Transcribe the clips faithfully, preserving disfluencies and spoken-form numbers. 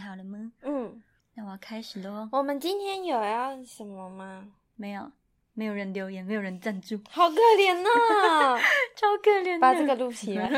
好了吗？ 嗯， 那我要开始咯。 我们今天有要什么吗？ 没有，没有人留言，没有人赞助， 好可怜哦超可怜的。 把这个录起来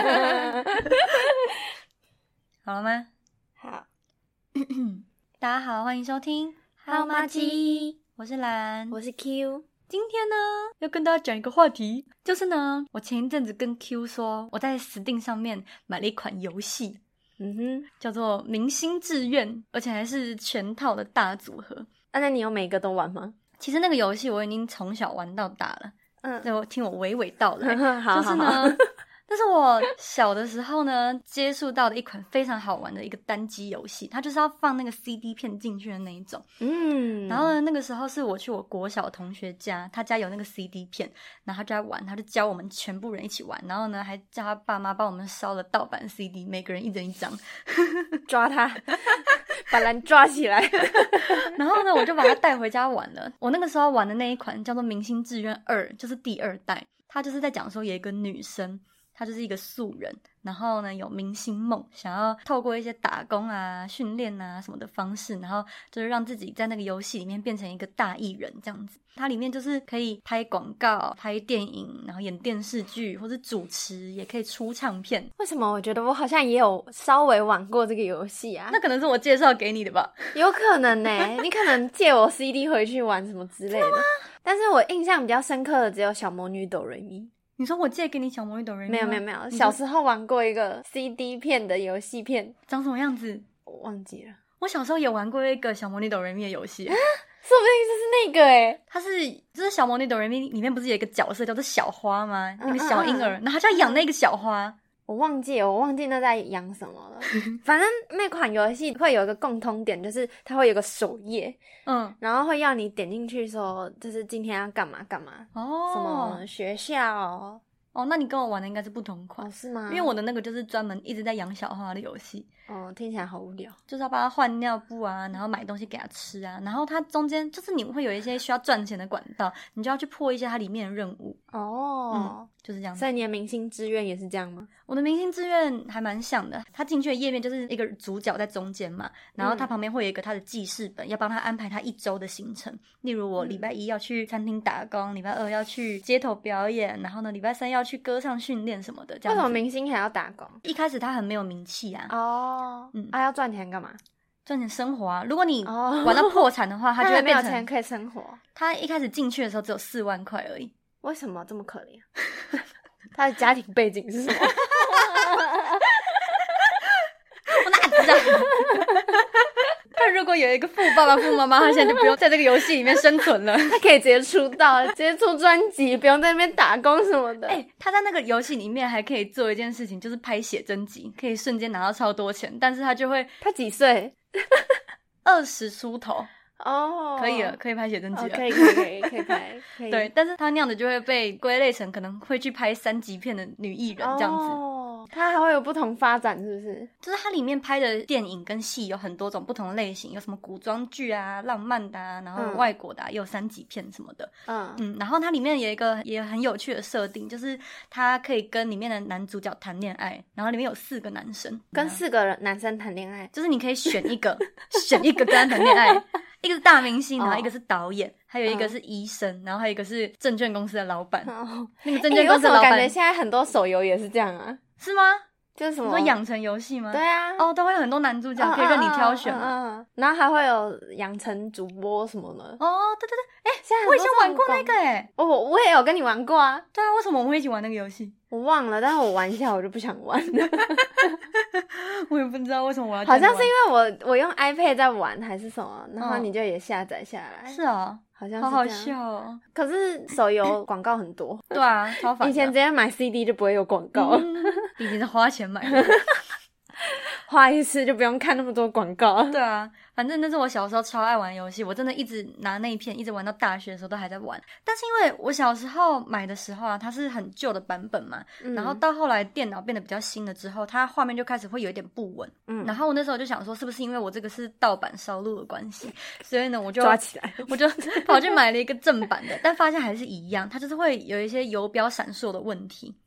好了吗？ 好大家好，欢迎收听好麻吉， 我是兰， 我是 Q。 今天呢要跟大家讲一个话题，就是呢我前一阵子跟 Q 说我在 Steam 上面买了一款游戏， 嗯哼， 叫做明星志愿，而且还是全套的大组合。 啊，那你有每个都玩吗？ 其实那个游戏我已经从小玩到大了， 嗯， 对，我听我娓娓道来好就是呢但是我小的时候呢接触到的一款非常好玩的一个单机游戏，它就是要放那个 C D 片进去的那一种。 嗯， 然后呢那个时候是我去我国小同学家，他家有那个 C D 片，然后他就在玩，他就教我们全部人一起玩，然后呢还叫他爸妈帮我们烧了盗版 C D， 每个人一人一张抓他把人抓起来然后呢我就把它带回家玩了。我那个时候玩的那一款叫做明星志愿二，就是第二代，它就是在讲说有一个女生，她就是一个素人，然后呢有明星梦，想要透过一些打工啊训练啊什么的方式，然后就是让自己在那个游戏里面变成一个大艺人这样子。它里面就是可以拍广告、拍电影，然后演电视剧，或是主持，也可以出唱片。 为什么我觉得我好像也有稍微玩过这个游戏啊？ 那可能是我介绍给你的吧。 有可能呢、欸、你可能借我 C D 回去玩什么之类的。但是我印象比较深刻的只有小魔女哆瑞咪。 你说我借给你小魔女哆瑞咪？ 没有没有没有，小时候玩过一个 C D 片的游戏片， 长什么样子我忘记了。 我小时候也玩过一个小魔女哆瑞咪的游戏说不定就是那个诶、欸、 它是就是小魔女哆瑞咪里面不是有一个角色叫做小花吗？ 嗯、 那个小婴儿，然后他就要养那个小花。 我忘记了，我忘记那在养什么了。反正那款游戏会有一个共通点，就是它会有个首页， 嗯， 然后会要你点进去说，就是今天要干嘛干嘛， 哦， 什么学校。 哦，那你跟我玩的应该是不同款。 哦，是吗？ 因为我的那个就是专门一直在养小花的游戏。 哦，听起来好无聊。 就是要帮他换尿布啊，然后买东西给他吃啊，然后它中间就是你会有一些需要赚钱的管道，你就要去破一些它里面的任务。 哦， 嗯，就是这样。 所以你的明星志愿也是这样吗？ 我的明星志愿还蛮像的，他进去的页面就是一个主角在中间嘛，然后他旁边会有一个他的记事本，要帮他安排他一周的行程。例如我礼拜一要去餐厅打工，礼拜二要去街头表演，然后呢礼拜三要去歌唱训练什么的。这样子。 为什么明星还要打工？ 一开始他很没有名气啊。 哦，嗯，啊，要赚钱干嘛？ 赚钱生活啊！如果你玩到破产的话，他就会变成没有钱可以生活。 他一开始进去的时候只有四万块而已。 为什么这么可怜？他的家庭背景是什么？ 我哪知道？他如果有一个富爸爸、富妈妈，他现在就不用在这个游戏里面生存了。 他可以直接出道，直接出专辑，不用在那边打工什么的。 哎、欸，他在那个游戏里面还可以做一件事情，就是拍写真集，可以瞬间拿到超多钱。但是他就会， 他几岁？ 二十出头。哦、 oh, 可以了，可以拍写真集了， 哦、可以可以可以可以拍，可以。 对，但是他那样子就会被归类成可能会去拍三级片的女艺人这样子。 哦，它还会有不同发展，是不是？ 就是它里面拍的电影跟戏有很多种不同的类型，有什么古装剧啊、浪漫的啊，然后外国的、啊嗯、也有三级片什么的。嗯嗯，然后它里面有一个也很有趣的设定，就是它可以跟里面的男主角谈恋爱，然后里面有四个男生， 跟四个男生谈恋爱， 就是你可以选一个，选一个跟他谈恋爱。一个是大明星，然后一个是导演，哦、还有一个是医生，嗯、然后还有一个是证券公司的老板。哦、那个证券公司的老板， 欸、感觉现在很多手游也是这样啊？ 是吗？ 就是什么？ 你说养成游戏吗？ 对啊， 哦，都会有很多男主角可以任你挑选嘛。 嗯嗯嗯、然后还会有养成主播什么的。 哦，对对对，哎、欸， 现在我以前玩过那个哎、欸， 我我也有跟你玩过啊。 对啊，为什么我们会一起玩那个游戏？ 我忘了，但是我玩一下我就不想玩了。 我也不知道为什么我要。 好像是因为我我用 iPad 在玩还是什么，然后你就也下载下来。 是啊， 好像是这样。 好好笑哦。 可是手游广告很多。 对啊，超烦的。 以前直接买 C D 就不会有广告。 嗯，以前是花钱买的。 花一次就不用看那么多广告。 对啊，反正那是我小时候超爱玩的游戏，我真的一直拿那一片一直玩到大学的时候都还在玩。但是因为我小时候买的时候啊，它是很旧的版本嘛、嗯、然后到后来电脑变得比较新了之后，它画面就开始会有一点不稳。嗯，然后我那时候就想说是不是因为我这个是盗版烧录的关系，所以呢我就抓起来， 我就跑去买了一个正版的，但发现还是一样，它就是会有一些游标闪烁的问题。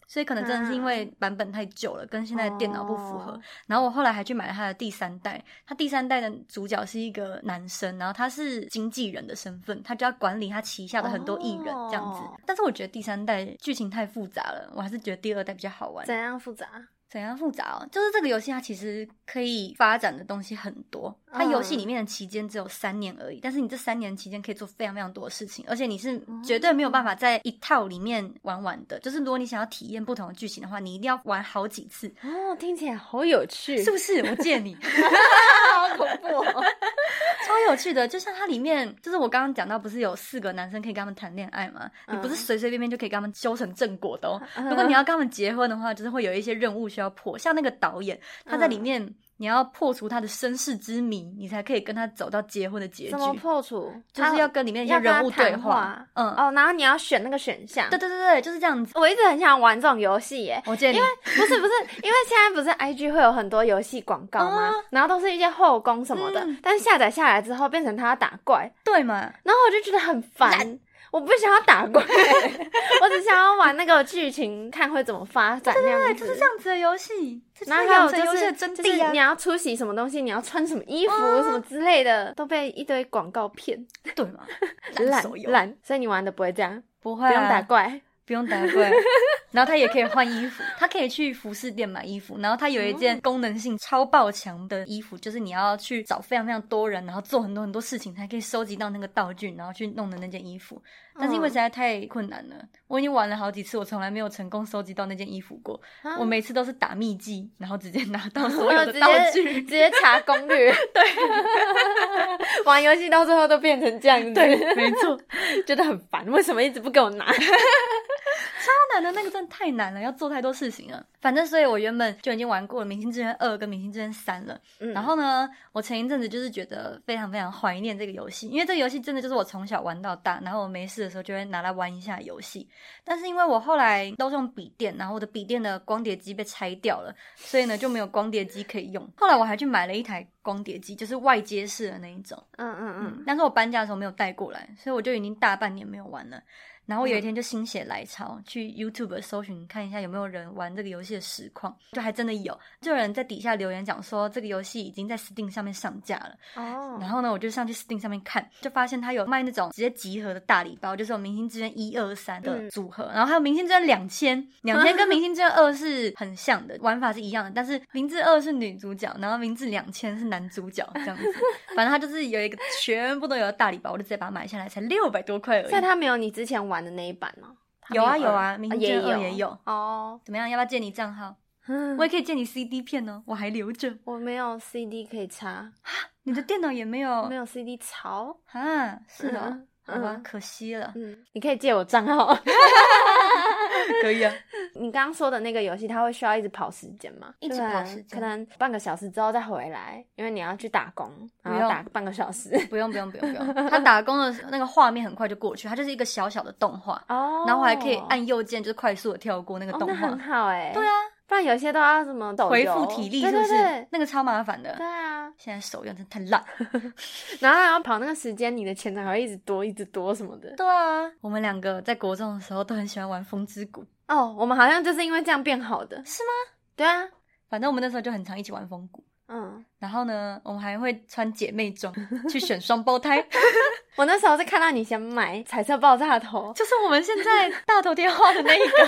所以可能真的是因为版本太久了，跟现在的电脑不符合。 哦、 然后我后来还去买了他的第三代，他第三代的主角是一个男生，然后他是经纪人的身份，他就要管理他旗下的很多艺人这样子。哦、但是我觉得第三代剧情太复杂了，我还是觉得第二代比较好玩。 怎样复杂？ 怎样复杂哦？就是这个游戏它其实可以发展的东西很多，它游戏里面的期间只有三年而已，但是你这三年期间可以做非常非常多的事情，而且你是绝对没有办法在一套里面玩完的。就是如果你想要体验不同的剧情的话，你一定要玩好几次。 哦，听起来好有趣， 是不是？我借你。 好恐怖哦。 超有趣的，就像它里面，就是我刚刚讲到，不是有四个男生可以跟他们谈恋爱吗？嗯、你不是随随便便就可以跟他们修成正果的哦。嗯、如果你要跟他们结婚的话，就是会有一些任务需要破。像那个导演，他在里面，嗯、你要破除他的身世之谜，你才可以跟他走到结婚的结局。 怎么破除？ 就是要跟里面一些人物对话。 嗯哦，然后你要选那个选项。 对对对对，就是这样子。 我一直很想玩这种游戏耶。 我建议， 因为不是不是，因为现在不是 I G 会有很多游戏广告吗？哦、然后都是一些后宫什么的，嗯、但是下载下来之后变成他要打怪， 对嘛？ 然后我就觉得很烦。我不想要打怪，我只想要玩那个剧情，看会怎么发展那样子。 对对对，就是这样子的游戏。 然后还有就是， 真就是你要出席什么东西，你要穿什么衣服，啊、什么之类的，都被一堆广告骗。 对嘛？ 烂烂，所以你玩的不会这样， 不会、啊， 不用打怪。 不用打怪，然后他也可以换衣服，他可以去服饰店买衣服，然后他有一件功能性超爆强的衣服，就是你要去找非常非常多人，然后做很多很多事情才可以收集到那个道具，然后去弄的那件衣服。但是因为实在太困难了，我已经玩了好几次，我从来没有成功收集到那件衣服过。啊、我每次都是打秘籍，然后直接拿到所有的道具， 直接, 直接查攻略。 对， 玩游戏到最后都变成这样子。 对，没错， 觉得很烦，为什么一直不给我拿？ 超难的，那个真的太难了，要做太多事情了。反正所以我原本就已经玩过了《明星志愿二》跟《明星志愿三》了、嗯、然后呢我前一阵子就是觉得非常非常怀念这个游戏，因为这个游戏真的就是我从小玩到大，然后我没事的时候就会拿来玩一下游戏。但是因为我后来都是用笔电，然后我的笔电的光碟机被拆掉了，所以呢就没有光碟机可以用。后来我还去买了一台光碟机，就是外接式的那一种，嗯嗯嗯，但是我搬家的时候没有带过来，所以我就已经大半年没有玩了。然后我有一天就心血来潮、嗯、去 YouTube 搜寻看一下有没有人玩这个游戏的实况，就还真的有，就有人在底下留言讲说这个游戏已经在 Steam 上面上架了。哦，然后呢我就上去 Steam 上面看，就发现他有卖那种直接集合的大礼包，就是有明星志愿一二三的组合、嗯、然后还有明星志愿两千两千跟明星志愿二是很像的玩法是一样的，但是明志二是女主角，然后明志两千是男主角这样子。反正他就是有一个全部都有的大礼包，我就直接把它买下来，才六百多块而已。 所以他没有你之前玩的那一版哦？ 有啊有啊，明星志愿二也有哦。 怎么样，要不要借你账号？我也可以借你 C D 片哦，我还留着。 我没有 C D 可以插。 你的电脑也没有？ 没有 C D 槽啊？是哦、嗯、好吧、嗯、可惜了。 嗯，你可以借我账号。 可以啊。 你刚刚说的那个游戏它会需要一直跑时间吗？ 一直跑时间， 可能半个小时之后再回来，因为你要去打工，然后打半个小时。 不用不用不用不用，他打工的那个画面很快就过去，它就是一个小小的动画哦，然后我还可以按右键就是快速的跳过那个动画、哦、 那很好耶。 对啊， 不然有些都要什么抖回复体力是不是？ 对对对， 那个超麻烦的。 对啊， 现在手用真的太烂。 然后还要跑那个时间，你的钱还会一直多一直多什么的。 对啊，我们两个在国中的时候都很喜欢玩风之谷。 哦，我们好像就是因为这样变好的。 是吗？ 对啊， 反正我们那时候就很常一起玩风谷。嗯，然后呢我们还会穿姐妹装去选双胞胎。 我那时候是看到你想买彩色爆炸头， 就是我们现在大头贴画的那一个。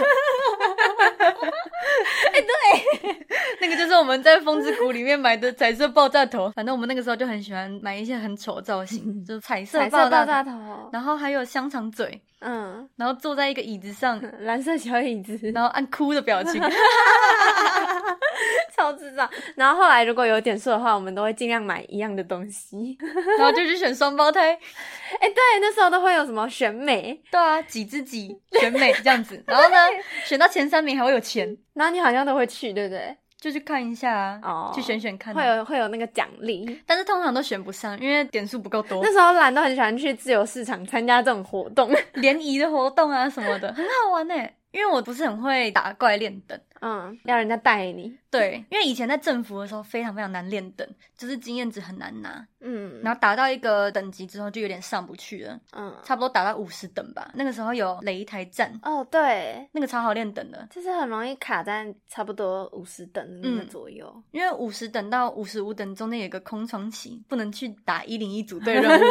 哎、欸，对， 那个就是我们在风之谷里面买的彩色爆炸头。反正我们那个时候就很喜欢买一些很丑造型，就是彩色爆炸 头, 炸头， 然后还有香肠嘴，嗯，然后坐在一个椅子上， 蓝色小椅子， 然后按哭的表情。 超智障。然后后来如果有点数的话，我们都会尽量买一样的东西， 然后就去选双胞胎。 哎、欸，对，那时候都会有什么选美， 对啊，几只几选美这样子。然后呢，选到前三名还会有钱， 然后你好像都会去，对不对？ 就去看一下啊，哦、去选选看、啊， 会有会有那个奖励， 但是通常都选不上，因为点数不够多。 那时候懒都很喜欢去自由市场参加这种活动， 联谊的活动啊什么的，很好玩耶。因为我不是很会打怪练等， 嗯，要人家带你。 对，因为以前在政府的时候非常非常难练等，就是经验值很难拿。 嗯， 然后打到一个等级之后就有点上不去了。嗯，差不多打到五十等吧。那个时候有擂台战。 哦，对， 那个超好练等的， 就是很容易卡在差不多五十等的那个左右。嗯， 因为五十等到五十五等中间有一个空窗期，不能去打一零一组队任务。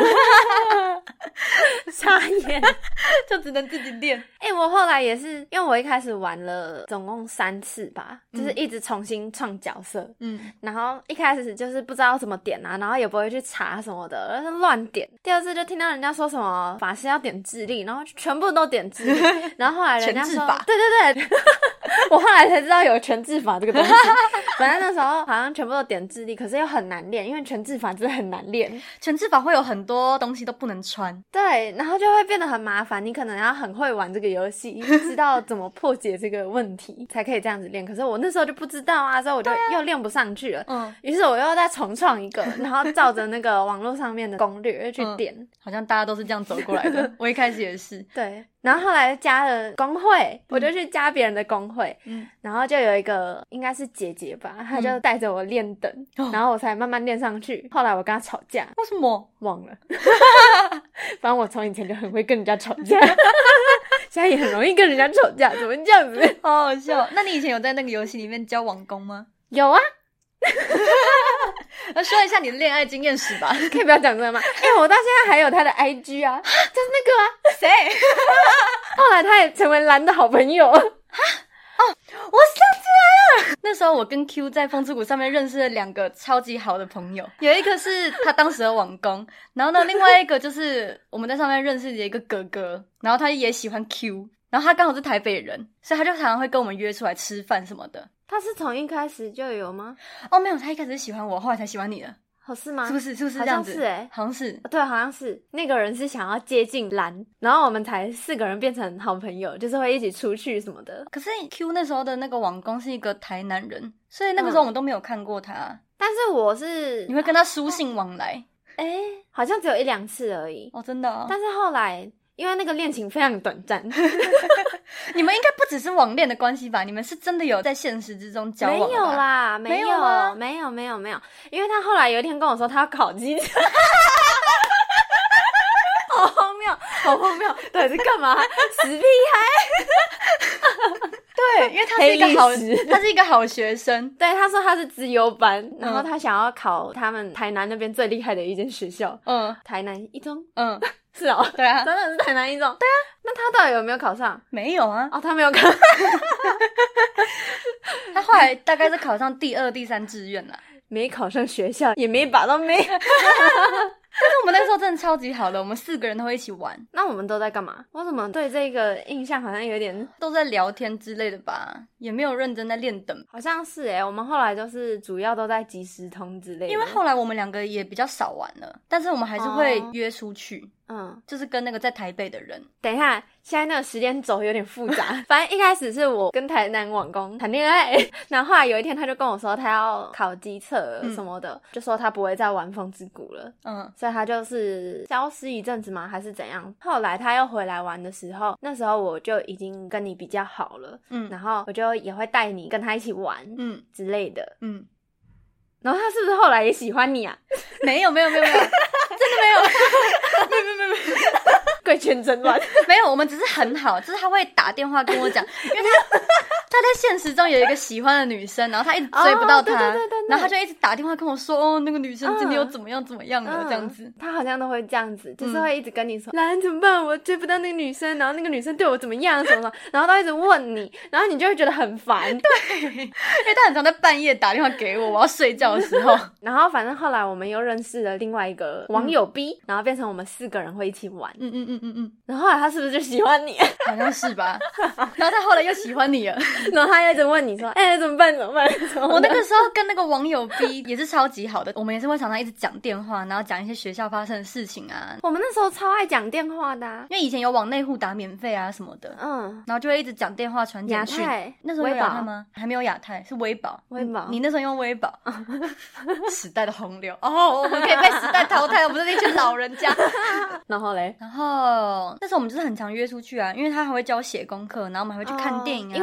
傻眼， 就只能自己练。 哎、欸，我后来也是，因为我一开始玩了总共三次吧，嗯、就是一直重新创角色，嗯，然后一开始就是不知道怎么点啊，然后也不会去查什么的，就是乱点。第二次就听到人家说什么法师要点智力，然后就全部都点智力，然后后来人家说， 全智法， 对对对，我后来才知道有全智法这个东西。本来那时候好像全部都点智力，可是又很难练，因为全智法真的很难练， 全智法会有很多东西都不能穿， 对，然后就会变得很麻烦，你可能要很会玩这个游戏，知道怎么破解这个问题才可以这样子练。可是我那时候就不知道啊，所以我就又练不上去了。嗯，于是我又再重创一个，然后照着那个网络上面的攻略去点、嗯。 好像大家都是这样走过来的，我一开始也是。 对，然后后来加了工会，嗯、我就去加别人的工会，嗯，然后就有一个应该是姐姐吧，她就带着我练等、嗯，然后我才慢慢练上去。后来我跟她吵架， 为什么？ 忘了。反正我从以前就很会跟人家吵架，现在也很容易跟人家吵架，怎么这样子？ 好好笑。那你以前有在那个游戏里面教网工吗？ 有啊。 那说一下你的恋爱经验史吧。 可以不要讲这个吗？因为我到现在还有他的 I G 啊，就是那个啊， 谁？ 后来他也成为蓝的好朋友。 哦，我想起来了，那时候我跟 Q 在风之谷上面认识了两个超级好的朋友，有一个是他当时的网工，然后呢，另外一个就是我们在上面认识的一个哥哥，然后他也喜欢 Q， 然后他刚好是台北人，所以他就常常会跟我们约出来吃饭什么的。 他是从一开始就有吗？ 哦，没有，他一开始是喜欢我，后来才喜欢你的。 哦，是吗？ 是不是？是不是这样子？ 好像是欸， 好像是。 对，好像是。那个人是想要接近蓝，然后我们才四个人变成好朋友，就是会一起出去什么的。 可是 Q 那时候的那个网工是一个台南人，所以那个时候我们都没有看过他。嗯、 但是我是你会跟他书信往来， 哎、欸，好像只有一两次而已。 哦，真的哦。 但是后来。因为那个恋情非常短暂。 你们应该不只是网恋的关系吧？你们是真的有在现实之中交往的吧？ 没有啦，没有， 没有吗？ 没有，没有，没有。因为他后来有一天跟我说他要考机车。好荒谬，好荒谬！到底是干嘛？死屁孩！ 对，因为他是一个好，他是一个好学生。 对，他说他是资优班，嗯、然后他想要考他们台南那边最厉害的一间学校，嗯，台南一中，嗯，是哦， 对啊， 真的是台南一中，对啊。那他到底有没有考上？ 没有啊， 哦，他没有考。 他后来大概是考上第二、第三志愿啦， 没考上学校，也没把到妹。 但是我们那时候真的超级好的，我们四个人都会一起玩。 那我们都在干嘛？我怎么对这个印象好像有点都在聊天之类的吧，也没有认真在练等。 好像是耶，我们后来就是主要都在即时通之类的。 因为后来我们两个也比较少玩了，但是我们还是会约出去。哦嗯，就是跟那个在台北的人。 等一下，现在那个时间轴有点复杂。反正一开始是我跟台南网工谈恋爱，然后后来有一天他就跟我说他要考机测什么的、嗯，就说他不会再玩风之谷了。嗯，所以他就是消失一阵子吗？还是怎样？后来他又回来玩的时候，那时候我就已经跟你比较好了。嗯，然后我就也会带你跟他一起玩，嗯之类的。嗯。然后他是不是后来也喜欢你啊？ 没有没有没有没有，真的没有，没有没有没有没有， 贵圈真乱。 没有，我们只是很好，就是他会打电话跟我讲，因为他他在现实中有一个喜欢的女生，然后他一直追不到她，哦、对对对对对，然后他就一直打电话跟我说，哦，那个女生今天又怎么样怎么样了、嗯、这样子。 他好像都会这样子，就是会一直跟你说，兰、嗯、怎么办？我追不到那个女生，然后那个女生对我怎么样什么什么，然后他一直问你，然后你就会觉得很烦。 对，因为他很常在半夜打电话给我，我要睡觉的时候。 然后反正后来我们又认识了另外一个网友 B，、嗯、然后变成我们四个人会一起玩。嗯嗯嗯嗯嗯。然后后来他是不是就喜欢你？ 好像是吧。然后他后来又喜欢你了， 然后他又一直问你说：“哎、欸，怎么办？怎么办？” 我那个时候跟那个网友 B 也是超级好的，我们也是会常常一直讲电话，然后讲一些学校发生的事情啊。 我们那时候超爱讲电话的、啊， 因为以前有往内互打免费啊什么的。嗯。然后就会一直讲电话传简讯。 亚太那时候有亚太吗？还没有亚太，是微宝。 微宝。 你那时候用微宝。时代的洪流哦，我们可以被时代淘汰，我们是那群老人家。 然后嘞， 然后那时候我们就是很常约出去啊，因为他还会教我写功课，然后我们还会去看电影啊， 哦、因为干嘛朋友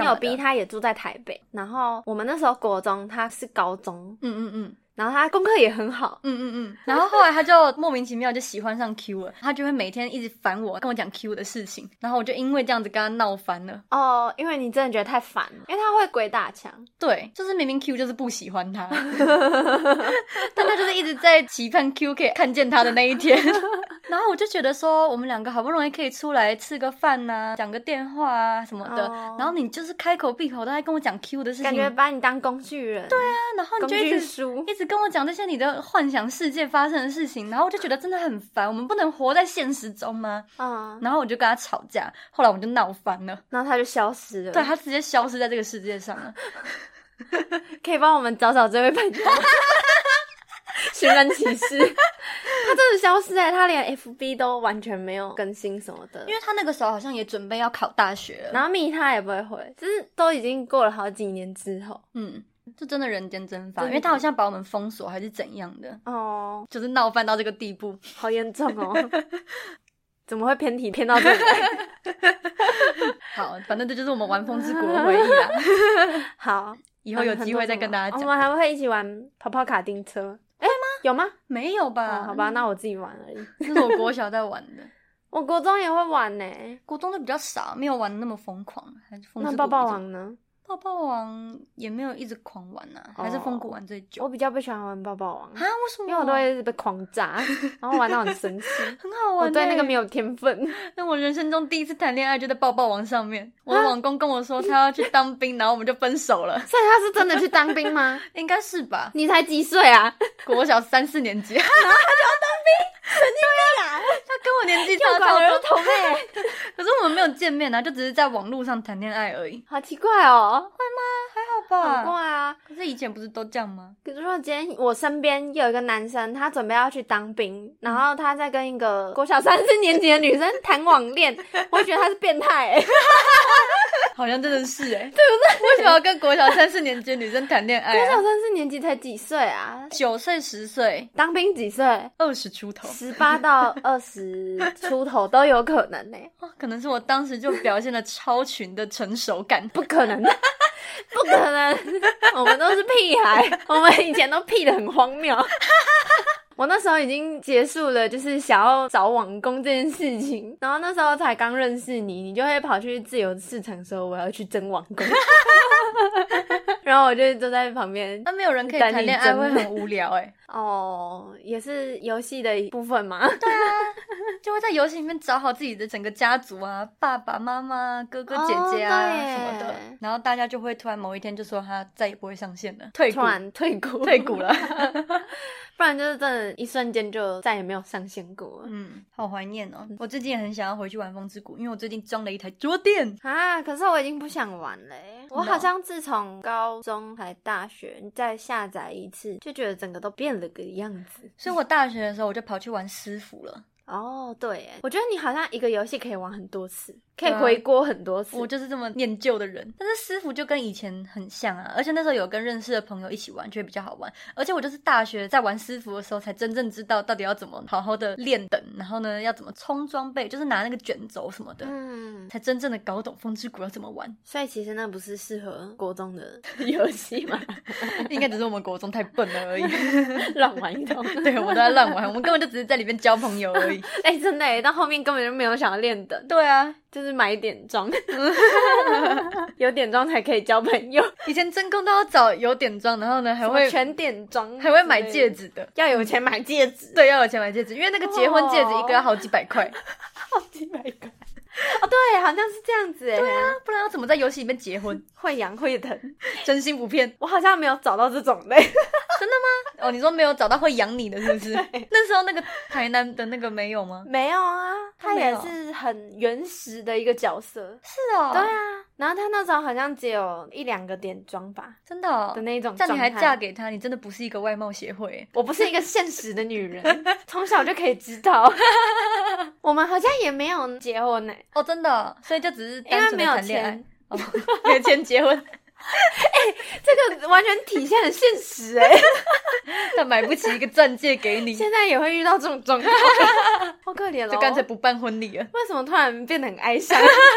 有逼他也住在台北，然后我们那时候国中，他是高中， 嗯嗯嗯。 然后他功课也很好， 嗯嗯嗯，然后后来他就莫名其妙就喜欢上 Q 了，他就会每天一直烦我，跟我讲 Q 的事情，然后我就因为这样子跟他闹翻了。 哦，因为你真的觉得太烦了，因为他会鬼打墙。 对，就是明明 Q 就是不喜欢他，但他就是一直在期盼 Q 可以看见他的那一天。然后我就觉得说，我们两个好不容易可以出来吃个饭啊，讲个电话啊什么的，哦、然后你就是开口闭口都在跟我讲 Q 的事情， 感觉把你当工具人。 对啊，然后你就一直书一直跟我讲这些你的幻想世界发生的事情，然后我就觉得真的很烦，我们不能活在现实中吗？嗯，然后我就跟他吵架，后来我们就闹翻了， 然后他就消失了。 对，他直接消失在这个世界上了。 可以帮我们找找这位朋友。寻人启事。他真的消失欸，他连 F B 都完全没有更新什么的， 因为他那个时候好像也准备要考大学了， 然后密他也不会回，就是都已经过了好几年之后。 嗯，就真的人间蒸发，因为他好像把我们封锁还是怎样的哦， 就是闹翻到这个地步， 好严重哦。怎么会偏题偏到这里来？ 好，反正这就是我们玩风之谷的回忆啦。 好， 以后有机会再跟大家讲。 我们还会一起玩跑跑卡丁车。会吗？有吗？ 没有吧、 哦、好吧，那我自己玩而已。 这是我国小在玩的。 我国中也会玩呢、欸， 国中的比较少，没有玩的那么疯狂。还是风之谷。 那抱抱王呢？ 抱抱王也没有一直狂玩啊，哦、还是风谷玩最久。 我比较不喜欢玩抱抱王啊，为什么？ 因为我都会一直被狂炸，然后玩到很生气， 很好玩、欸。 我对那个没有天分。 那我人生中第一次谈恋爱就在抱抱王上面，我的老公跟我说他要去当兵，然后我们就分手了。 所以他是真的去当兵吗？ 应该是吧。 你才几岁啊？ 国小三四年级。然后他就要当兵，神经病啊！ 他跟我年纪差超多，同哎。 可是我们没有见面啊，就只是在网络上谈恋爱而已。 好奇怪哦。 会吗？还好吧。 很怪啊。 可是以前不是都这样吗？ 比如说今天我身边有一个男生，他准备要去当兵，然后他在跟一个国小三四年级的女生谈网恋，我觉得他是变态哎、欸。 好像真的是哎、欸， 对不对？ 为什么要跟国小三四年级的女生谈恋爱、啊？ 国小三四年级才几岁啊？ 九岁、十岁， 当兵几岁？ 二十出头， 十八到二十出头都有可能呢、欸哦。可能是我当时就表现了超群的成熟感， 不可能，不可能，我们都是屁孩，我们以前都屁得很荒谬。我那时候已经结束了，就是想要找网工这件事情，然后那时候才刚认识你，你就会跑去自由市场说我要去争网工，然后我就坐在旁边。 那没有人可以谈恋爱会很无聊哎、欸。 哦，也是游戏的一部分嘛。 对啊，就会在游戏里面找好自己的整个家族啊，爸爸妈妈、哥哥姐姐啊、哦、什么的，然后大家就会突然某一天就说他再也不会上线了，退股， 突然退股， 退股了。 不然就是真的一瞬间就再也没有上线过了。 嗯，好怀念哦！我最近也很想要回去玩风之谷，因为我最近装了一台桌垫啊，可是我已经不想玩了耶。我好像自从高中还大学再下载一次，就觉得整个都变了个样子。 所以我大学的时候我就跑去玩师傅了。 哦，对耶，我觉得你好像一个游戏可以玩很多次，可以回锅很多次。 我就是这么念旧的人。但是师傅就跟以前很像啊，而且那时候有跟认识的朋友一起玩，就会比较好玩。而且我就是大学在玩师傅的时候，才真正知道到底要怎么好好的练等，然后呢要怎么冲装备，就是拿那个卷轴什么的，嗯，才真正的搞懂风之谷要怎么玩。 所以其实那不是适合国中的游戏吗？ 应该只是我们国中太笨了而已， 乱玩一通。 对，我们都在乱玩，我们根本就只是在里面交朋友而已。 哎、欸，真的哎，到后面根本就没有想要练等。 对啊， 就是买点装，有点装才可以交朋友。 以前真空都要找有点装，然后呢还会全点装， 还会买戒指的， 要有钱买戒指。 对，要有钱买戒指，因为那个结婚戒指一个要好几百块， 好几百块。哦，对，好像是这样子哎。 对啊，不然要怎么在游戏里面结婚？ 会痒会疼， 真心不骗。 我好像没有找到这种类。 真的吗？哦，你说没有找到会养你的是不是？那时候那个台南的那个没有吗？ 没有啊，他也是很原始的一个角色。 是哦。 对啊，然后他那时候好像只有一两个点装吧。 真的哦。 的那种。 这样你还嫁给他，你真的不是一个外貌协会。 我不是一个现实的女人，从小就可以知道。我们好像也没有结婚呢。 哦，真的哦，所以就只是单纯的谈恋爱。 哦， 没有钱结婚。 哎、欸，这个完全体现了现实哎、欸， 他买不起一个钻戒给你， 现在也会遇到这种状况，好可怜哦， 就干脆不办婚礼了。 为什么突然变得很哀伤？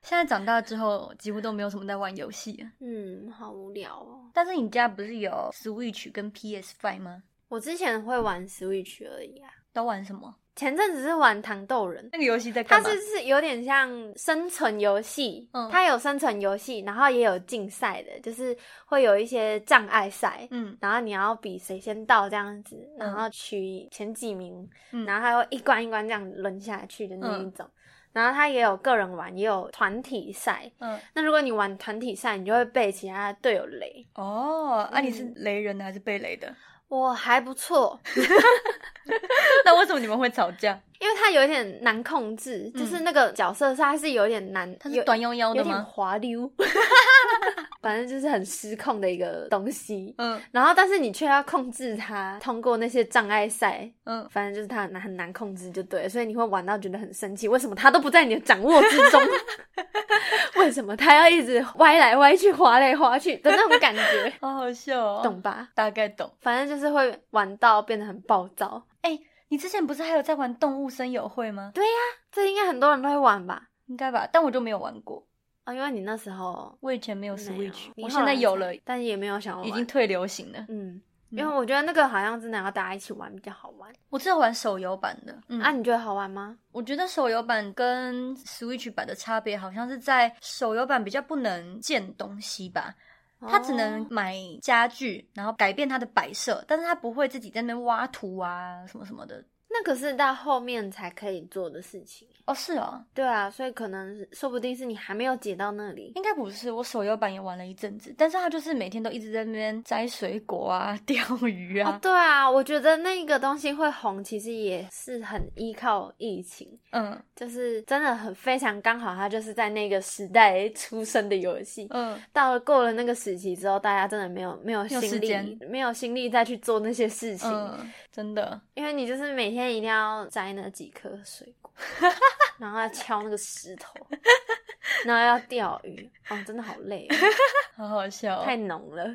现在长大之后几乎都没有什么在玩游戏了。 嗯，好无聊哦。 但是你家不是有 Switch 跟 P S 五 吗？ 我之前会玩 Switch 而已啊。 都玩什么？ 前阵子是玩糖豆人， 那个游戏在干嘛？ 它是是有点像生存游戏， 嗯， 它有生存游戏，然后也有竞赛的，就是会有一些障碍赛， 嗯， 然后你要比谁先到这样子，然后取前几名， 嗯， 然后还会一关一关这样轮下去的那一种。嗯，然后它也有个人玩，也有团体赛。嗯，那如果你玩团体赛，你就会被其他队友雷。 哦，啊，你是雷人的还是被雷的？ 我还不错。 那为什么你们会吵架？ 因为它有点难控制，嗯，就是那个角色它是有点难， 它是短腰腰的吗？ 有点滑溜。反正就是很失控的一个东西。 嗯， 然后但是你却要控制它通过那些障碍赛。 嗯， 反正就是它很难很难控制就对了，所以你会玩到觉得很生气，为什么它都不在你的掌握之中？为什么它要一直歪来歪去滑来滑去的那种感觉？ 好好笑哦， 懂吧？ 大概懂。 反正就是会玩到变得很暴躁。 欸，你之前不是还有在玩动物森友会吗？ 对呀，这应该很多人都会玩吧？ 应该吧，但我就没有玩过。 哦，因为你那时候我以前没有 Switch， 我现在有了， 但也没有想要玩， 已经退流行了。 嗯，因为我觉得那个好像真的要大家一起玩比较好玩。 我只有玩手游版的。 嗯，啊，你觉得好玩吗？ 我觉得手游版跟 Switch 版的差别好像是在手游版比较不能建东西吧。它只能买家具，然后改变它的摆设，但是它不会自己在那边挖土啊什么什么的。 那可是到后面才可以做的事情。 哦，是哦。 对啊，所以可能说不定是你还没有解到那里。 应该不是，我手游版也玩了一阵子，但是它就是每天都一直在那边摘水果啊、钓鱼啊。 哦，对啊，我觉得那个东西会红，其实也是很依靠疫情。嗯，就是真的很非常刚好，它就是在那个时代出生的游戏。嗯，到了过了那个时期之后，大家真的没有没有心力，没有心力再去做那些事情。 嗯，真的，因为你就是每天一定要摘那几颗水果。然后要敲那个石头，然后要钓鱼，哦，真的好累哦， 好好笑哦， 太浓了。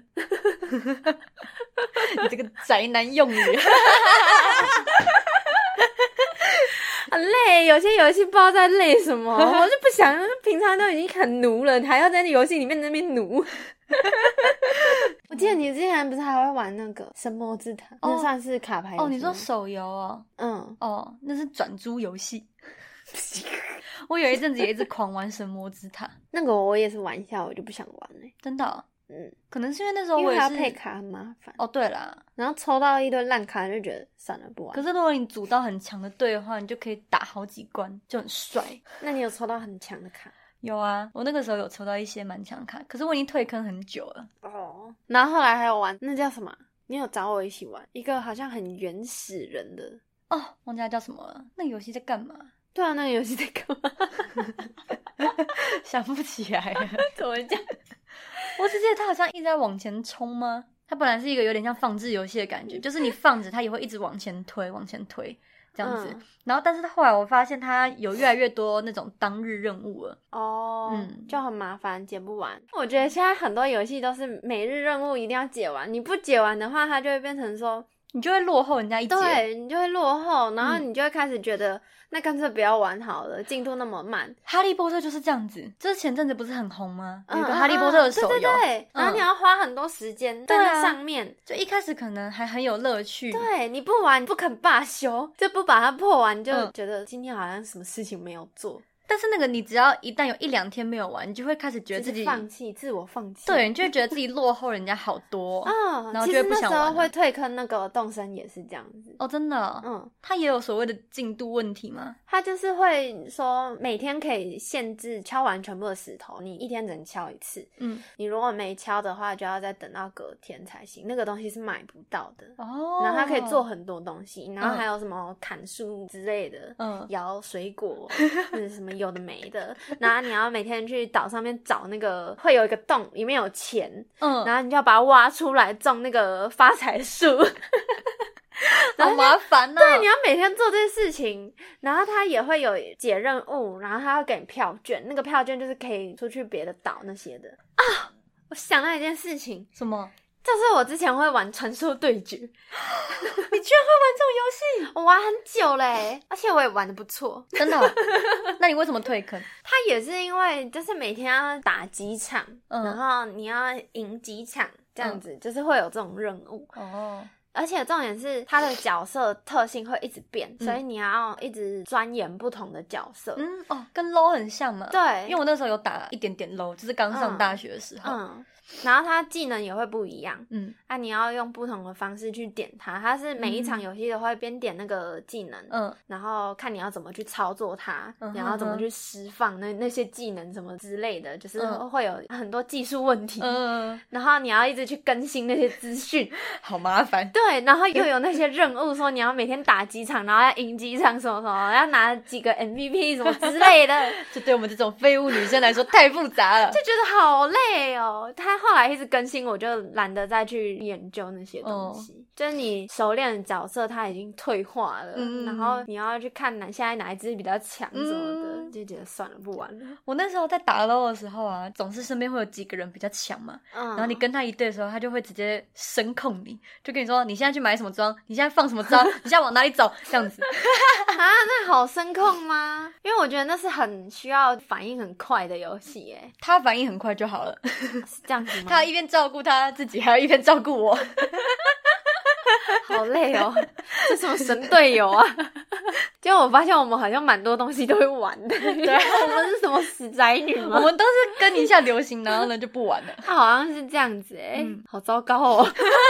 你这个宅男用语。 很累，有些游戏不知道在累什么，我就不想，平常都已经很奴了，你还要在那游戏里面那边奴。我记得你之前不是还会玩那个神魔之塔，哦，那算是卡牌游戏。 哦，你说手游哦？嗯，哦，那是转租游戏。我有一阵子也一直狂玩神魔之塔， 那个我也是玩一下，我就不想玩了，欸。 真的哦？嗯，可能是因为那时候我也是因为还要配卡很麻烦。 哦，对啦， 然后抽到一堆烂卡就觉得算了不玩。 可是如果你组到很强的队的话，你就可以打好几关，就很帅。 那你有抽到很强的卡？ 有啊，我那个时候有抽到一些蛮强的卡，可是我已经退坑很久了。 哦，然后后来还有玩那叫什么？你有找我一起玩一个好像很原始人的哦，忘记它叫什么了。那个游戏在干嘛？ 对啊，那个游戏在干嘛？ 想不起来了。 怎么讲？ 我只记得它好像一直在往前冲吗？它本来是一个有点像放置游戏的感觉，就是你放着它也会一直往前推，往前推这样子。嗯，然后，但是后来我发现它有越来越多那种当日任务了。哦， 嗯，就很麻烦，解不完。我觉得现在很多游戏都是每日任务一定要解完，你不解完的话，它就会变成说你就会落后人家一截。 对，你就会落后，然后你就会开始觉得。嗯，那干脆不要玩好了，进度那么慢。 哈利波特就是这样子，这前阵子不是很红吗？有一个哈利波特的手游， 对对对，然后你要花很多时间在那上面， 啊，就一开始可能还很有乐趣。 对，你不玩，你不肯罢休，就不把它破完，就觉得今天好像什么事情没有做。 但是那个你只要一旦有一两天没有玩，你就会开始觉得自己放弃，自我放弃。 对，你就会觉得自己落后人家好多啊，哦，然后就会不想玩了。其实那时候会退坑，那个动森也是这样子。 哦，真的哦？嗯，他也有所谓的进度问题吗？ 他就是会说每天可以限制敲完全部的石头，你一天只能敲一次。嗯，你如果没敲的话，就要再等到隔天才行。那个东西是买不到的哦。然后它可以做很多东西，然后还有什么砍树之类的，嗯，摇水果，或者什么有的没的。然后你要每天去岛上面找那个，会有一个洞，里面有钱，嗯，然后你就要把它挖出来种那个发财树。 好麻烦哦。 对，你要每天做这些事情，然后他也会有解任务，然后他会给你票券，那个票券就是可以出去别的岛那些的啊。我想到一件事情， 什么？ 就是我之前会玩传说对决。 你居然会玩这种游戏？ 我玩很久嘞，而且我也玩得不错。 真的、哦？那你为什么退坑？ 它也是因为就是每天要打几场， 嗯、 然后你要赢几场这样子，嗯、就是会有这种任务。 哦。 而且重点是它的角色特性会一直变，嗯、所以你要一直钻研不同的角色。 嗯哦，跟 L O 很像嘛。 对， 因为我那时候有打一点点 L O， 就是刚上大学的时候。 嗯。嗯然后它技能也会不一样， 嗯， 啊，你要用不同的方式去点它，它是每一场游戏都会边点那个技能，嗯，然后看你要怎么去操作它，嗯、然后怎么去释放那那些技能什么之类的，就是会有很多技术问题，嗯，然后你要一直去更新那些资讯， 好麻烦。 对，然后又有那些任务说你要每天打几场，然后要赢几场什么什么，要拿几个 M V P 什么之类的， 这对我们这种废物女生来说太复杂了， 就觉得好累哦。他后来一直更新，我就懒得再去研究那些东西。哦、就是你熟练的角色，他已经退化了，嗯、然后你要去看哪现在哪一只比较强什么的，嗯、就觉得算了，不玩了。 我那时候在打 L O 的时候啊，总是身边会有几个人比较强嘛，嗯、然后你跟他一队的时候，他就会直接声控你，就跟你说你现在去买什么装，你现在放什么招，你现在往哪里走，这样子。 啊，那好声控吗？因为我觉得那是很需要反应很快的游戏耶。 他反应很快就好了， 是这样子吗？ 他一边照顾他自己，还要一边照顾我。 好累哦，这什么神队友啊！结果我发现我们好像蛮多东西都会玩的，对，我们是什么死宅女吗？ 我们都是跟一下流行，然后呢就不玩了。 他好像是这样子哎、嗯，好糟糕哦。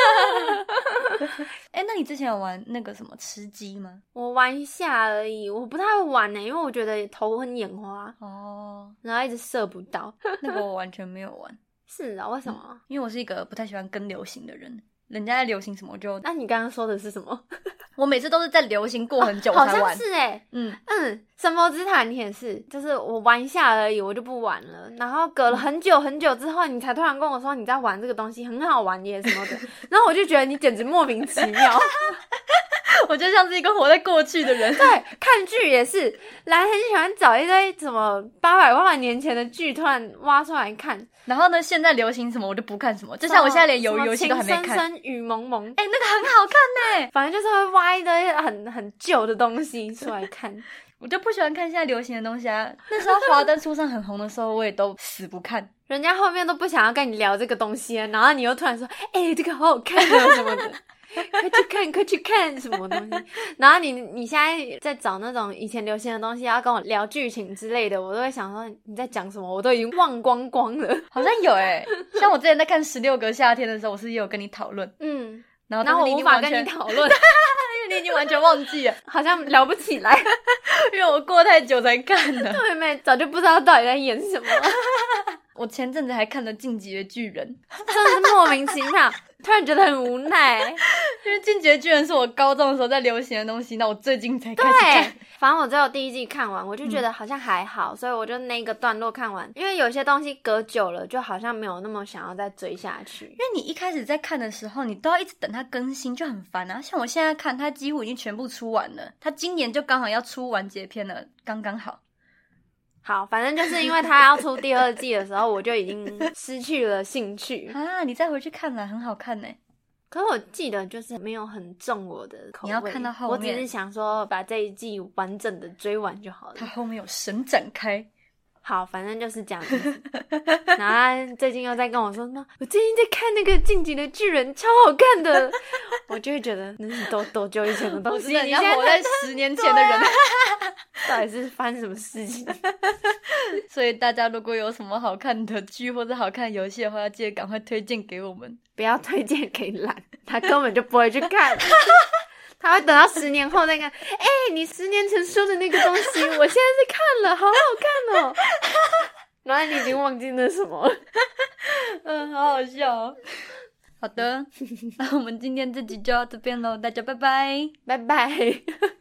哎、欸，那你之前有玩那个什么吃鸡吗？ 我玩一下而已，我不太会玩呢、欸，因为我觉得头很眼花哦，然后一直射不到。 那个我完全没有玩。 是啊，为什么、嗯？ 因为我是一个不太喜欢跟流行的人。人家在流行什么我就…… 那你刚刚说的是什么？ 我每次都是在流行过很久才玩。 哦、好像是哎、欸，嗯嗯，神魔之塔你也是，就是我玩一下而已，我就不玩了。然后隔了很久很久之后，你才突然跟我说你在玩这个东西，很好玩耶什么的，然后我就觉得你简直莫名其妙。 我就像是一个活在过去的人。 对，看剧也是，来很喜欢找一堆什么八百万年前的剧，突然挖出来看。 然后呢，现在流行什么我就不看什么，就像我现在连鱿鱼游戏都还没看。 情深深雨蒙蒙， 哎、欸，那个很好看呢。 反正就是会挖一堆很很旧的东西出来看。 我就不喜欢看现在流行的东西啊。那时候华灯初上很红的时候，我也都死不看。 人家后面都不想要跟你聊这个东西啊，然后你又突然说，哎、欸，这个好好看啊什么的。快去看，快去看什么东西？然后你你现在在找那种以前流行的东西，要跟我聊剧情之类的，我都会想说你在讲什么，我都已经忘光光了。 好像有诶、欸，像我之前在看十六个夏天的时候，我是也有跟你讨论，嗯，然后但是你已经完全然后我无法跟你讨论， 因为你已经完全忘记了， 好像聊不起来， 因为我过太久才看的。 对妹，早就不知道到底在演什么。 我前阵子还看了《进击的巨人》， 真的是莫名其妙，突然觉得很无奈。 因为《进击的巨人》是我高中的时候在流行的东西，那我最近才开始看。 对，反正我只有第一季看完，我就觉得好像还好，嗯、所以我就那个段落看完。因为有些东西隔久了，就好像没有那么想要再追下去。因为你一开始在看的时候，你都要一直等它更新，就很烦啊。像我现在看，它几乎已经全部出完了，它今年就刚好要出完结篇了，刚刚好。 好，反正就是因为他要出第二季的时候，我就已经失去了兴趣啊！你再回去看啦，很好看呢。 可是我记得就是没有很中我的口味， 你要看到后面， 我只是想说把这一季完整的追完就好了。 它后面有神展开。 好，反正就是这样子。然后他最近又在跟我说，那我最近在看那个《进击的巨人》，超好看的。我就会觉得那是多多久以前的东西， 你现在活在十年前的人，啊、 到底是发生什么事情？ 所以大家如果有什么好看的剧或者好看的游戏的话，要记得赶快推荐给我们， 不要推荐给懒，他根本就不会去看。他会等到十年后再看，哎、欸，你十年前说的那个东西，我现在是看了，好好看哦。然后你已经忘记那什么了， 嗯，好好笑哦。好的，那我们今天这集就到这边咯，大家拜拜， 拜拜。